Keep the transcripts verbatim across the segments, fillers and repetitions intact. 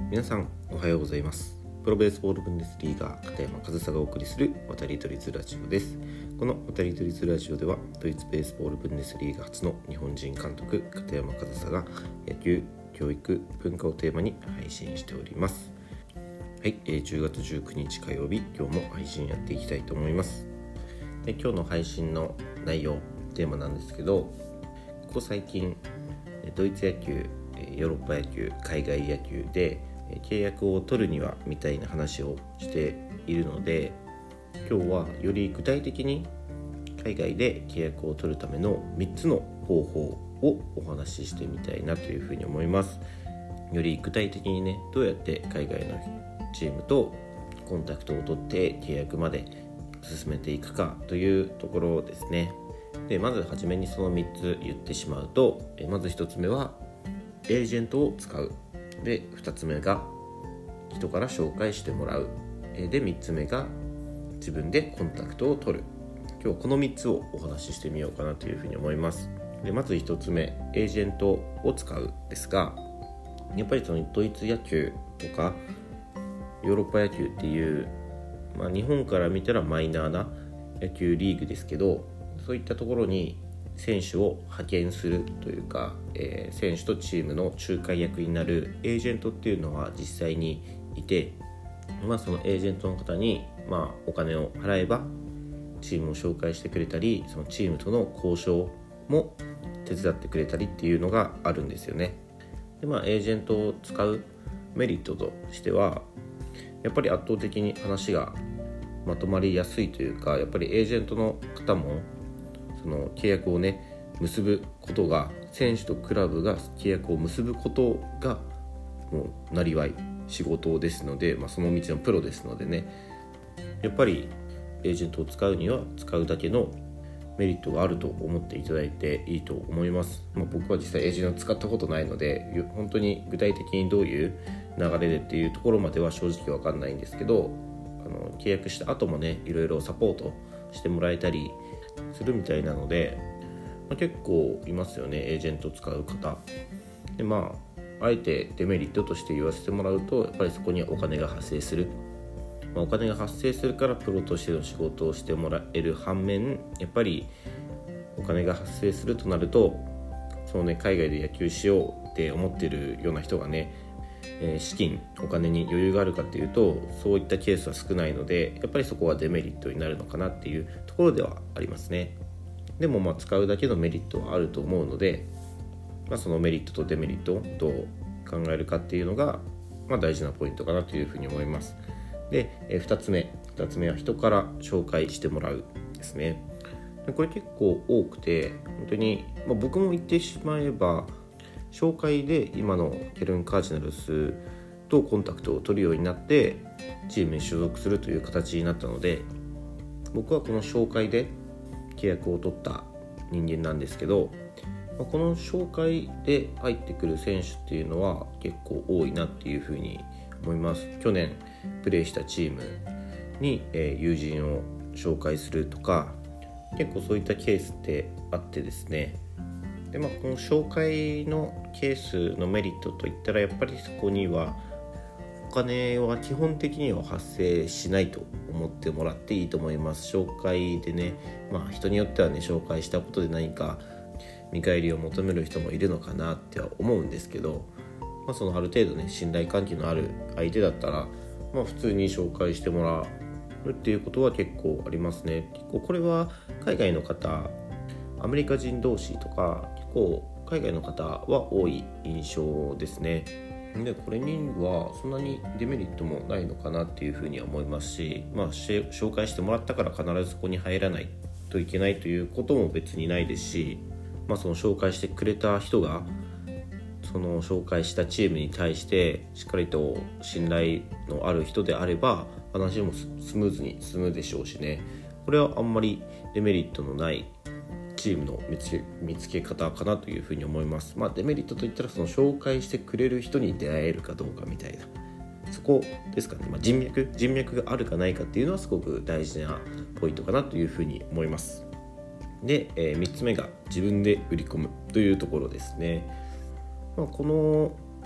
皆さんおはようございます。プロベースボールブンデスリーガー片山和沙がお送りする渡り鳥ズラジオです。この渡り鳥ズラジオではドイツベースボールブンデスリーガ初の日本人監督片山和沙が野球、教育、文化をテーマに配信しております。はい、えー、じゅうがつじゅうくにち火曜日、今日も配信やっていきたいと思います。で今日の配信の内容、テーマなんですけど、ここ最近ドイツ野球、ヨーロッパ野球、海外野球で契約を取るにはみたいな話をしているので、今日はより具体的に海外で契約を取るためのみっつの方法をお話ししてみたいなというふうに思います。より具体的にね、どうやって海外のチームとコンタクトを取って契約まで進めていくかというところですね。でまずはじめにそのみっつ言ってしまうと、まずひとつめはエージェントを使う。でふたつめが人から紹介してもらう。でみっつめが自分でコンタクトを取る。今日はこのみっつをお話ししてみようかなというふうに思います。でまずひとつめ、エージェントを使うですが、やっぱりそのドイツ野球とかヨーロッパ野球っていう、まあ、日本から見たらマイナーな野球リーグですけど、そういったところに選手を派遣するというか、えー、選手とチームの仲介役になるエージェントっていうのは実際にいて、まあ、そのエージェントの方に、まあ、お金を払えばチームを紹介してくれたり、そのチームとの交渉も手伝ってくれたりっていうのがあるんですよね。で、まあ、エージェントを使うメリットとしては、やっぱり圧倒的に話がまとまりやすいというか、やっぱりエージェントの方もその契約をね結ぶことが、選手とクラブが契約を結ぶことがもうなりわい仕事ですので、まあ、その道のプロですのでね、やっぱりエージェントを使うには使うだけのメリットがあると思っていただいていいと思います。まあ、僕は実際エージェントを使ったことないので、本当に具体的にどういう流れでっていうところまでは正直わかんないんですけど、あの契約した後もねいろいろサポートしてもらえたりするみたいなので、まあ、結構いますよね、エージェントを使う方で。まああえてデメリットとして言わせてもらうと、やっぱりそこにはお金が発生する、まあ、お金が発生するからプロとしての仕事をしてもらえる反面、やっぱりお金が発生するとなると、そのね海外で野球しようって思ってるような人がね、えー、資金お金に余裕があるかっていうと、そういったケースは少ないので、やっぱりそこはデメリットになるのかなっていうところではありますね。でもまあ使うだけのメリットはあると思うので、まあ、そのメリットとデメリットをどう考えるかっていうのが、まあ、大事なポイントかなというふうに思います。で、えー、ふたつめふたつめは人から紹介してもらうですね。これ結構多くて、本当に、まあ、僕も言ってしまえば紹介で今のケルンカージナルスとコンタクトを取るようになってチームに所属するという形になったので、僕はこの紹介で契約を取った人間なんですけど、この紹介で入ってくる選手っていうのは結構多いなっていうふうに思います。去年プレーしたチームに友人を紹介するとか、結構そういったケースってあってですね。で、まあ、この紹介のケースのメリットといったら、やっぱりそこにはお金は基本的には発生しないと思ってもらっていいと思います。紹介でね、まあ人によってはね、紹介したことで何か見返りを求める人もいるのかなっては思うんですけど、まあ、そのある程度ね信頼関係のある相手だったら、まあ、普通に紹介してもらうっていうことは結構ありますね。結構これは海外の方、アメリカ人同士とか結構海外の方は多い印象ですね。でこれにはそんなにデメリットもないのかなっていうふうには思いますし、まあ、紹介してもらったから必ずそこに入らないといけないということも別にないですし、まあ、その紹介してくれた人がその紹介したチームに対してしっかりと信頼のある人であれば、話もスムーズに進むでしょうしね。これはあんまりデメリットのないチームの見つけ、見つけ方かなというふうに思います。まあ、デメリットといったら、その紹介してくれる人に出会えるかどうかみたいな、そこですかね。まあ、人脈人脈があるかないかっていうのはすごく大事なポイントかなというふうに思います。で、えー、みっつめが自分で売り込むというところですね。まあ、この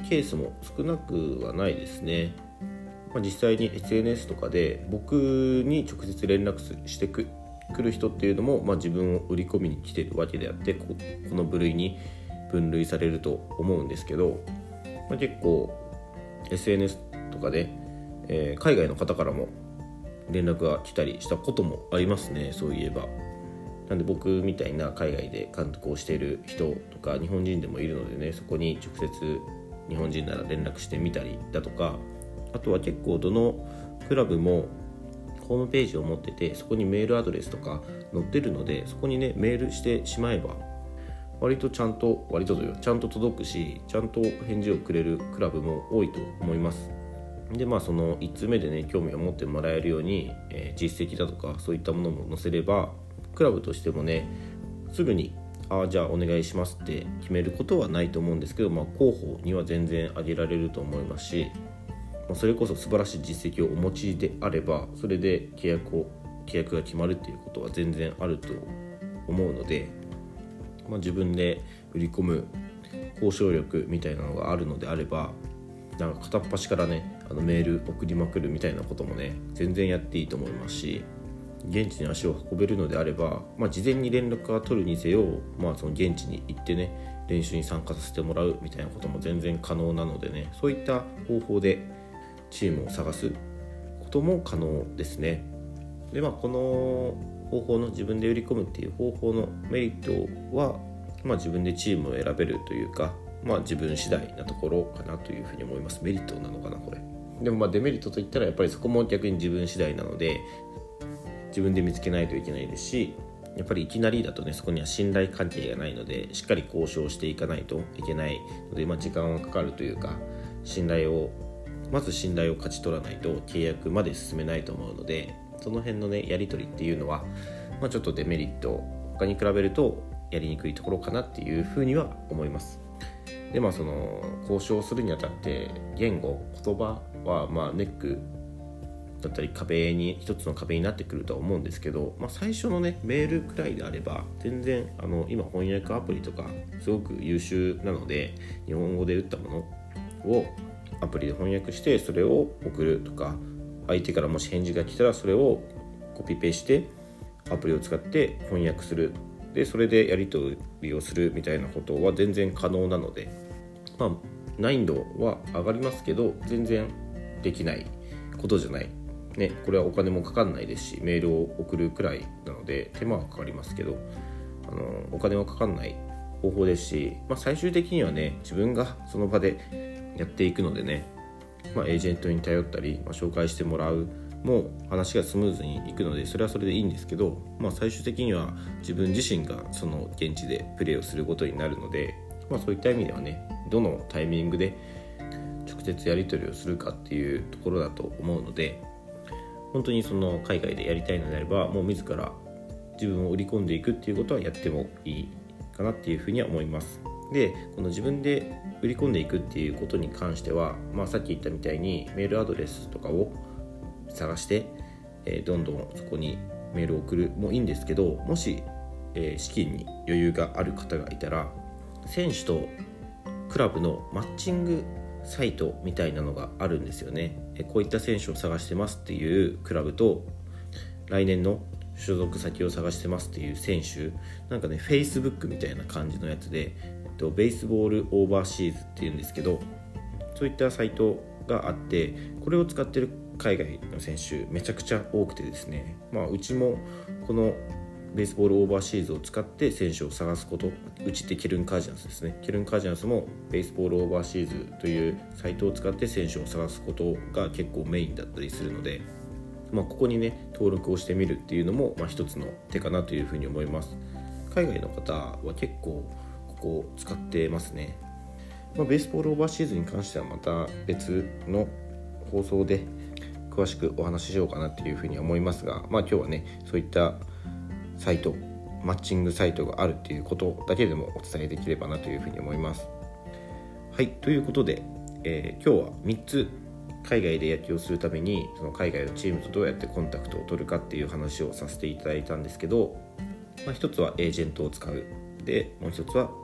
ケースも少なくはないですね。まあ、実際に エスエヌエス とかで僕に直接連絡してくる人っていうのも、まあ、自分を売り込みに来てるわけであって、 こ, この部類に分類されると思うんですけど、まあ、結構 エスエヌエス とかで、えー、海外の方からも連絡が来たりしたこともありますね。そういえばなんで僕みたいな海外で監督をしている人とか日本人でもいるのでね、そこに直接日本人なら連絡してみたりだとか、あとは結構どのクラブもホームページを持ってて、そこにメールアドレスとか載ってるので、そこにねメールしてしまえば割とちゃんと割とというちゃんと届くし、ちゃんと返事をくれるクラブも多いと思います。でまあそのいっつめでね興味を持ってもらえるように、えー、実績だとかそういったものも載せれば、クラブとしてもねすぐにあじゃあお願いしますって決めることはないと思うんですけど、まあ、候補には全然挙げられると思いますし、まあ、それこそ素晴らしい実績をお持ちであれば、それで契約を契約が決まるっていうことは全然あると思うので、まあ、自分で売り込む交渉力みたいなのがあるのであれば、なんか片っ端からねあのメール送りまくるみたいなこともね全然やっていいと思いますし、現地に足を運べるのであれば、まあ、事前に連絡が取るにせよ、まあ、その現地に行ってね練習に参加させてもらうみたいなことも全然可能なのでね、そういった方法でチームを探すことも可能ですね。でまあこの方法の自分で売り込むっていう方法のメリットは、まあ、自分でチームを選べるというか、まあ、自分次第なところかなというふうに思います。メリットなのかなこれ。でもまあデメリットといったらやっぱりそこも逆に自分次第なので、自分で見つけないといけないですし、やっぱりいきなりだとねそこには信頼関係がないので、しっかり交渉していかないといけないので、まあ、時間はかかるというか、信頼をまず信頼を勝ち取らないと契約まで進めないと思うので、その辺のねやり取りっていうのは、まあ、ちょっとデメリット他に比べるとやりにくいところかなっていうふうには思います。でまあその交渉するにあたって言語言葉はまあネックだったり壁に一つの壁になってくるとは思うんですけど、まあ、最初のねメールくらいであれば全然あの今翻訳アプリとかすごく優秀なので、日本語で打ったものをアプリで翻訳してそれを送るとか、相手からもし返事が来たらそれをコピペしてアプリを使って翻訳する、でそれでやり取りをするみたいなことは全然可能なので、まあ難易度は上がりますけど全然できないことじゃないね。これはお金もかかんないですし、メールを送るくらいなので手間はかかりますけど、あのお金はかかんない方法ですし、まあ、最終的にはね自分がその場でやっていくのでね、まあ、エージェントに頼ったり、まあ、紹介してもらうもう話がスムーズにいくのでそれはそれでいいんですけど、まあ、最終的には自分自身がその現地でプレーをすることになるので、まあ、そういった意味ではねどのタイミングで直接やり取りをするかっていうところだと思うので、本当にその海外でやりたいのであればもう自ら自分を売り込んでいくっていうことはやってもいいかなっていうふうには思います。でこの自分で売り込んでいくっていうことに関しては、まあ、さっき言ったみたいにメールアドレスとかを探して、えー、どんどんそこにメールを送るもいいんですけど、もし、えー、資金に余裕がある方がいたら選手とクラブのマッチングサイトみたいなのがあるんですよね。こういった選手を探してますっていうクラブと来年の所属先を探してますっていう選手、なんかね Facebook みたいな感じのやつで、えっと、ベースボールオーバーシーズっていうんですけど、そういったサイトがあって、これを使ってる海外の選手めちゃくちゃ多くてですね、まあ、うちもこのベースボールオーバーシーズを使って選手を探すこと、うちってケルンカージナスですね、ケルンカージナスもベースボールオーバーシーズというサイトを使って選手を探すことが結構メインだったりするので、まあ、ここにね登録をしてみるっていうのも、まあ、一つの手かなというふうに思います。海外の方は結構ここを使ってますね。まあ、ベースボールオーバーシーズに関してはまた別の放送で詳しくお話ししようかなというふうに思いますが、まあ、今日はねそういったサイト、マッチングサイトがあるっていうことだけでもお伝えできればなというふうに思います。はい、ということで、えー、今日はみっつ海外で野球をするためにその海外のチームとどうやってコンタクトを取るかっていう話をさせていただいたんですけど、まあ、ひとつはエージェントを使う、でもうひとつは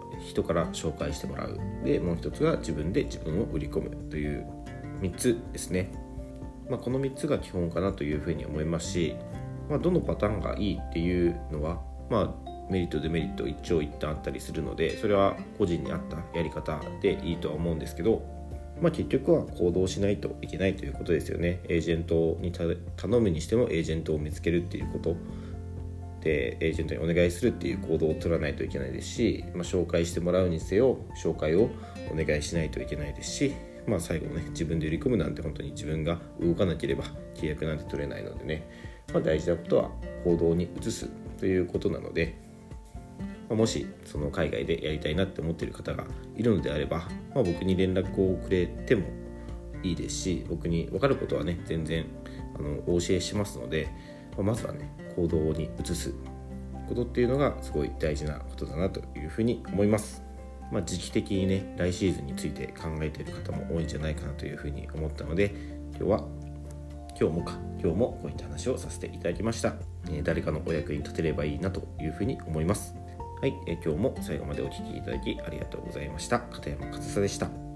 人から紹介してもらう。で、もう一つが自分で自分を売り込むというみっつですね。まあ、このみっつが基本かなというふうに思いますし、まあ、どのパターンがいいっていうのは、まあ、メリットデメリット一長一短あったりするので、それは個人に合ったやり方でいいとは思うんですけど、まあ、結局は行動しないといけないということですよね。エージェントに頼むにしてもエージェントを見つけるっていうことで、エージェントにお願いするっていう行動を取らないといけないですし、まあ、紹介してもらうにせよ紹介をお願いしないといけないですし、まあ、最後ね自分で売り込むなんて本当に自分が動かなければ契約なんて取れないのでね、まあ、大事なことは行動に移すということなので、まあ、もしその海外でやりたいなって思っている方がいるのであれば、まあ、僕に連絡をくれてもいいですし、僕に分かることはね全然あのお教えしますので、まあ、まずはね行動に移すことっていうのがすごい大事なことだなというふうに思います。まあ、時期的にね来シーズンについて考えている方も多いんじゃないかなというふうに思ったので、今日は今日もか今日もこういった話をさせていただきました。えー、誰かのお役に立てればいいなというふうに思います。はい、えー、今日も最後までお聞きいただきありがとうございました。片山和沙でした。